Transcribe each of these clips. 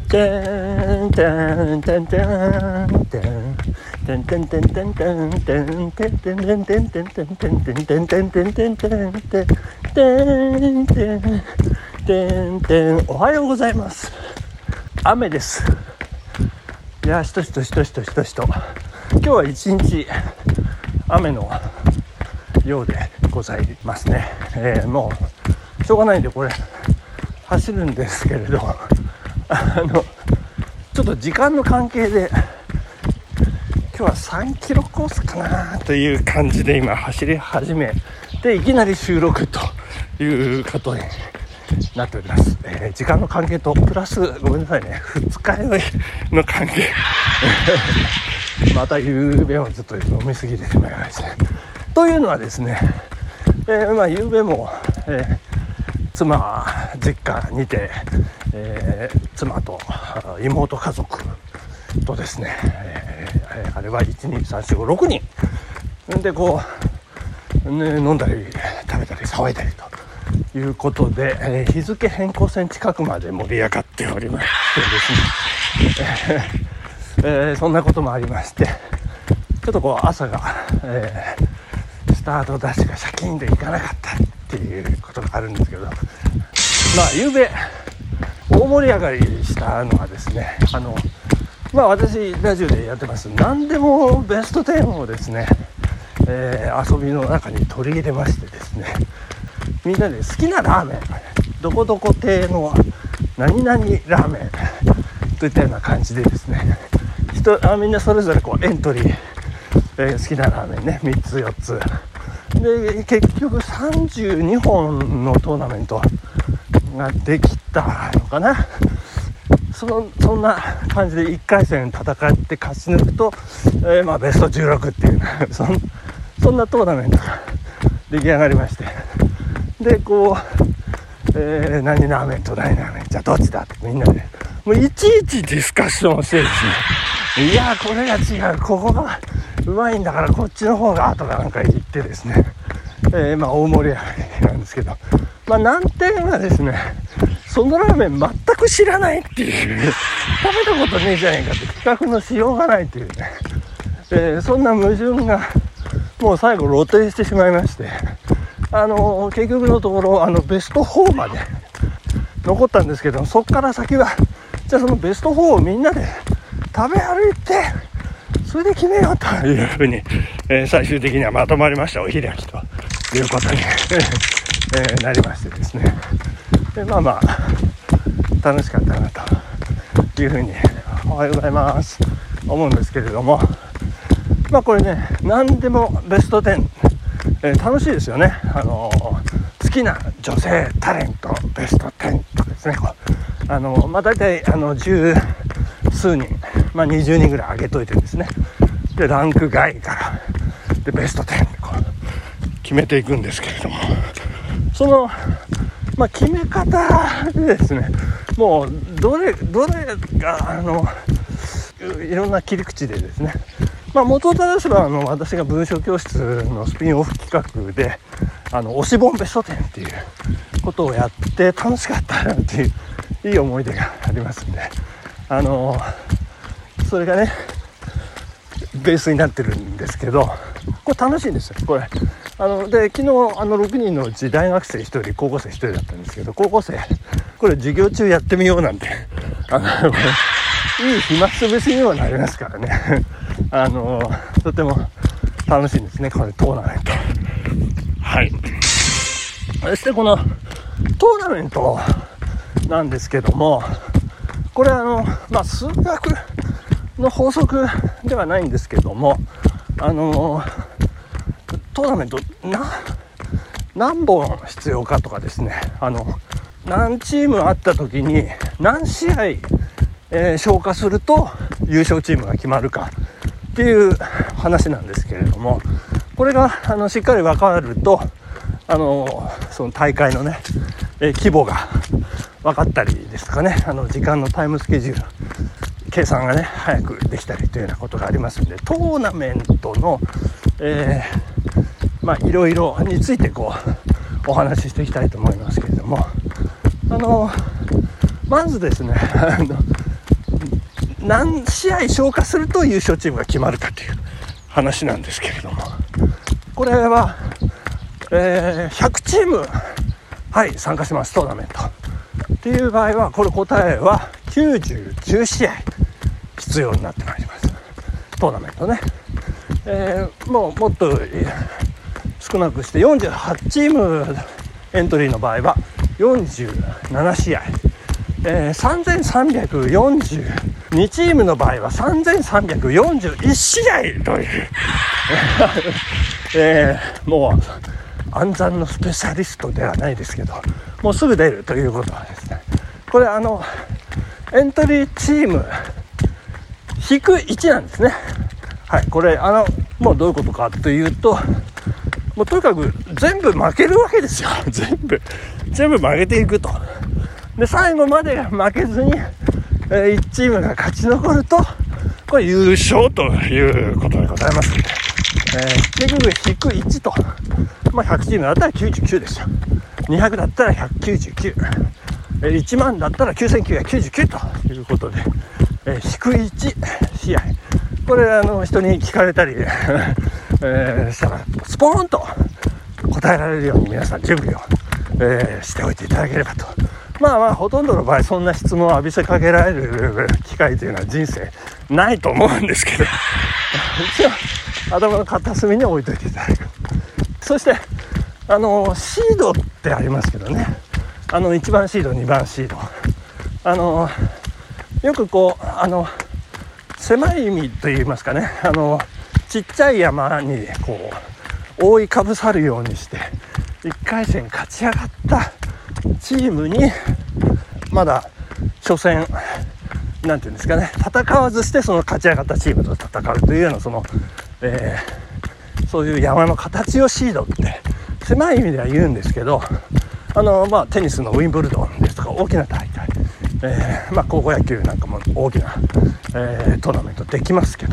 おはようございます。雨です。いや、しとしとしとしとしとしと今日は一日雨のようでございますね。もうしょうがないんでこれ走るんですけれど、ちょっと時間の関係で今日は3キロコースかなという感じで今走り始めて、いきなり収録ということになっております。時間の関係とプラスごめんなさいね、二日酔いの関係また夕べをちょっと飲みすぎてしまいました。というのはですね、夕べも、妻実家にて、妻と妹家族とですね、あれは 1,2,3,4,5,6 人でこう、ね、飲んだり食べたり騒いだりということで、日付変更線近くまで盛り上がっておりましてですね、そんなこともありまして、ちょっとこう朝が、スタートダッシュがシャキーンでいかなかったっていうことがあるんですけど、夕べ大盛り上がりしたのはですね、私ラジオでやってます何でもベスト10をですね、遊びの中に取り入れましてですね、みんなで好きなラーメン、どこどこ亭の何々ラーメンといったような感じでですね、みんなそれぞれこうエントリー、好きなラーメンね3つ4つで、結局32本のトーナメントができたのかな。そんな感じで1回戦戦って勝ち抜くと、ベスト16っていうそんなトーナメントが出来上がりまして、でこう、何ラーメンと何ラーメンじゃあどっちだってみんなでもういちいちディスカッションをしてですね、いやこれが違う、ここがうまいんだからこっちの方がとかなんか言ってですね、大盛り上がりなんですけど、難点はですね、そのラーメン全く知らないっていう食べたことねえじゃねえかって企画のしようがないというね、そんな矛盾がもう最後露呈してしまいまして、結局のところベスト4まで残ったんですけど、そこから先はじゃあそのベスト4をみんなで食べ歩いてそれで決めようというふうに、最終的にはまとまりました。お開きということになりましてですね、で楽しかったなというふうにおはようございます思うんですけれども、これね何でもベスト10、楽しいですよね。好きな女性タレントベスト10とかですね、大体十数人、20人ぐらい上げといてですね、でランク外からでベスト10でこう決めていくんですけれども、その決め方でですね、もうどれがいろんな切り口でですね、元を正せば私が文章教室のスピンオフ企画で推し本ベスト10っていうことをやって楽しかったなっていういい思い出がありますんで、それがねベースになってるんですけど、これ楽しいんですよこれ。で昨日6人のうち大学生1人高校生1人だったんですけど、高校生これ授業中やってみようなんていい暇つぶしにもなりますからねとても楽しいんですねこれトーナメント。はい。そしてこのトーナメントなんですけども、これ数学の法則ではないんですけども、トーナメント何本必要かとかですね、何チームあった時に何試合、消化すると優勝チームが決まるかっていう話なんですけれども、これがしっかり分かるとその大会のね、規模が分かったりですとかね、時間のタイムスケジュール計算がね早くできたりというようなことがありますので、トーナメントのいろいろについてこうお話ししていきたいと思いますけれども、まずですね何試合消化すると優勝チームが決まるかという話なんですけれども、これは、100チーム、はい、参加しますトーナメントっていう場合は、これ答えは99試合必要になってまいります。トーナメントね、もっと少なくして48チームエントリーの場合は47試合、3342チームの場合は3341試合というもう暗算のスペシャリストではないですけど、もうすぐ出るということはですね、これエントリーチーム引く1なんですね。はい、これもうどういうことかというと、もうとにかく全部負けるわけですよ。全部負けていくと。で最後まで負けずに、1チームが勝ち残るとこれ優勝ということでございますので、結局引く1と、100チームだったら99ですよ。200だったら199、1万だったら9999ということで、引く1試合、これ人に聞かれたり、したらスポーンと答えられるように皆さん準備を、しておいていただければと。ほとんどの場合そんな質問を浴びせかけられる機会というのは人生ないと思うんですけど、一応頭の片隅に置いといていただく。そしてシードってありますけどね、1番シード2番シード、よくこう狭い意味といいますかね、ちっちゃい山にこう覆いかぶさるようにして1回戦勝ち上がったチームにまだ初戦なんていうんですかね、戦わずしてその勝ち上がったチームと戦うというようなそういう山の形をシードって狭い意味では言うんですけど、テニスのウィンブルドンですとか大きな大会、高校野球なんかも大きな、トーナメントできますけど、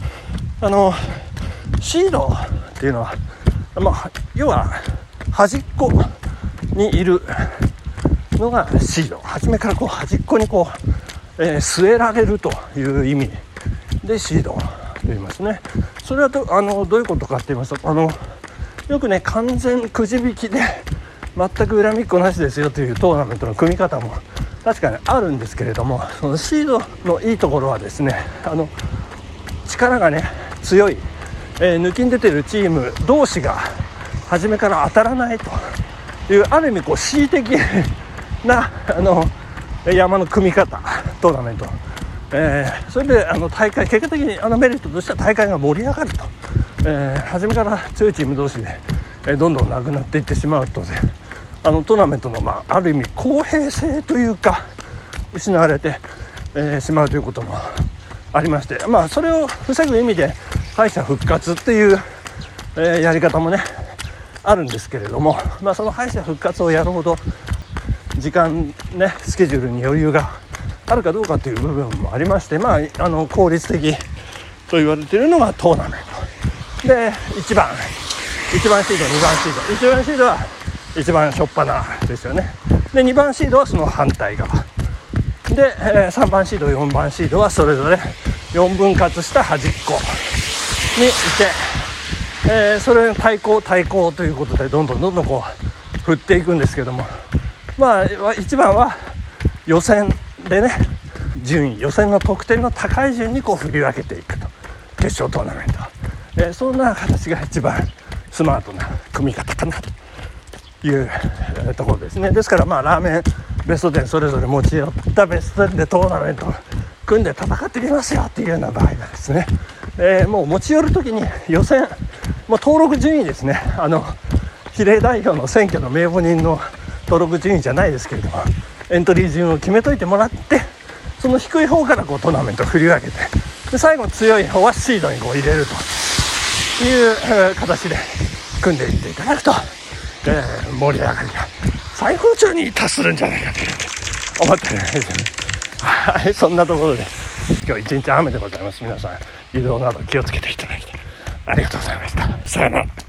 シードっていうのは、要は端っこにいるのがシード、初めからこう端っこにこう、据えられるという意味でシードと言いますね。それはどういうことかって言いますと、よくね、完全くじ引きで全く恨みっこなしですよというトーナメントの組み方も確かにあるんですけれども、そのシードのいいところはですね、力がね強い、抜きん出てるチーム同士が初めから当たらないという、ある意味こう恣意的な山の組み方トーナメント、それで大会結果的にメリットとしては大会が盛り上がると、初めから強いチーム同士で、どんどんなくなっていってしまうとで、トーナメントの、ある意味公平性というか失われて、しまうということもありまして、それを防ぐ意味で敗者復活っていう、やり方もねあるんですけれども、その敗者復活をやるほど時間ねスケジュールに余裕があるかどうかという部分もありまして、効率的と言われているのがトーナメントで、1番シード2番シード、1番シードは一番初っ端ですよね。で2番シードはその反対側で、3番シード4番シードはそれぞれ4分割した端っこにいて、それ対抗ということでどんどんこう振っていくんですけども、一番は予選でね予選の得点の高い順にこう振り分けていくと、決勝トーナメント、そんな形が一番スマートな組み方かなという、ところですね。ですからラーメンベスト10それぞれ持ち寄ったベスト10でトーナメントを組んで戦ってきますよっていうような場合がですね、もう持ち寄るときに予選もう登録順位ですね、比例代表の選挙の名簿人の登録順位じゃないですけれども、エントリー順を決めといてもらって、その低い方からこうトーナメントを振り分けて、で最後強い方はシードにこう入れるという、形で組んでいっていただくと、盛り上がりが最高潮に達するんじゃないかと思ってるんですよね。はい、そんなところで今日一日雨でございます。皆さん移動など気をつけていただいてありがとうございました。さよなら。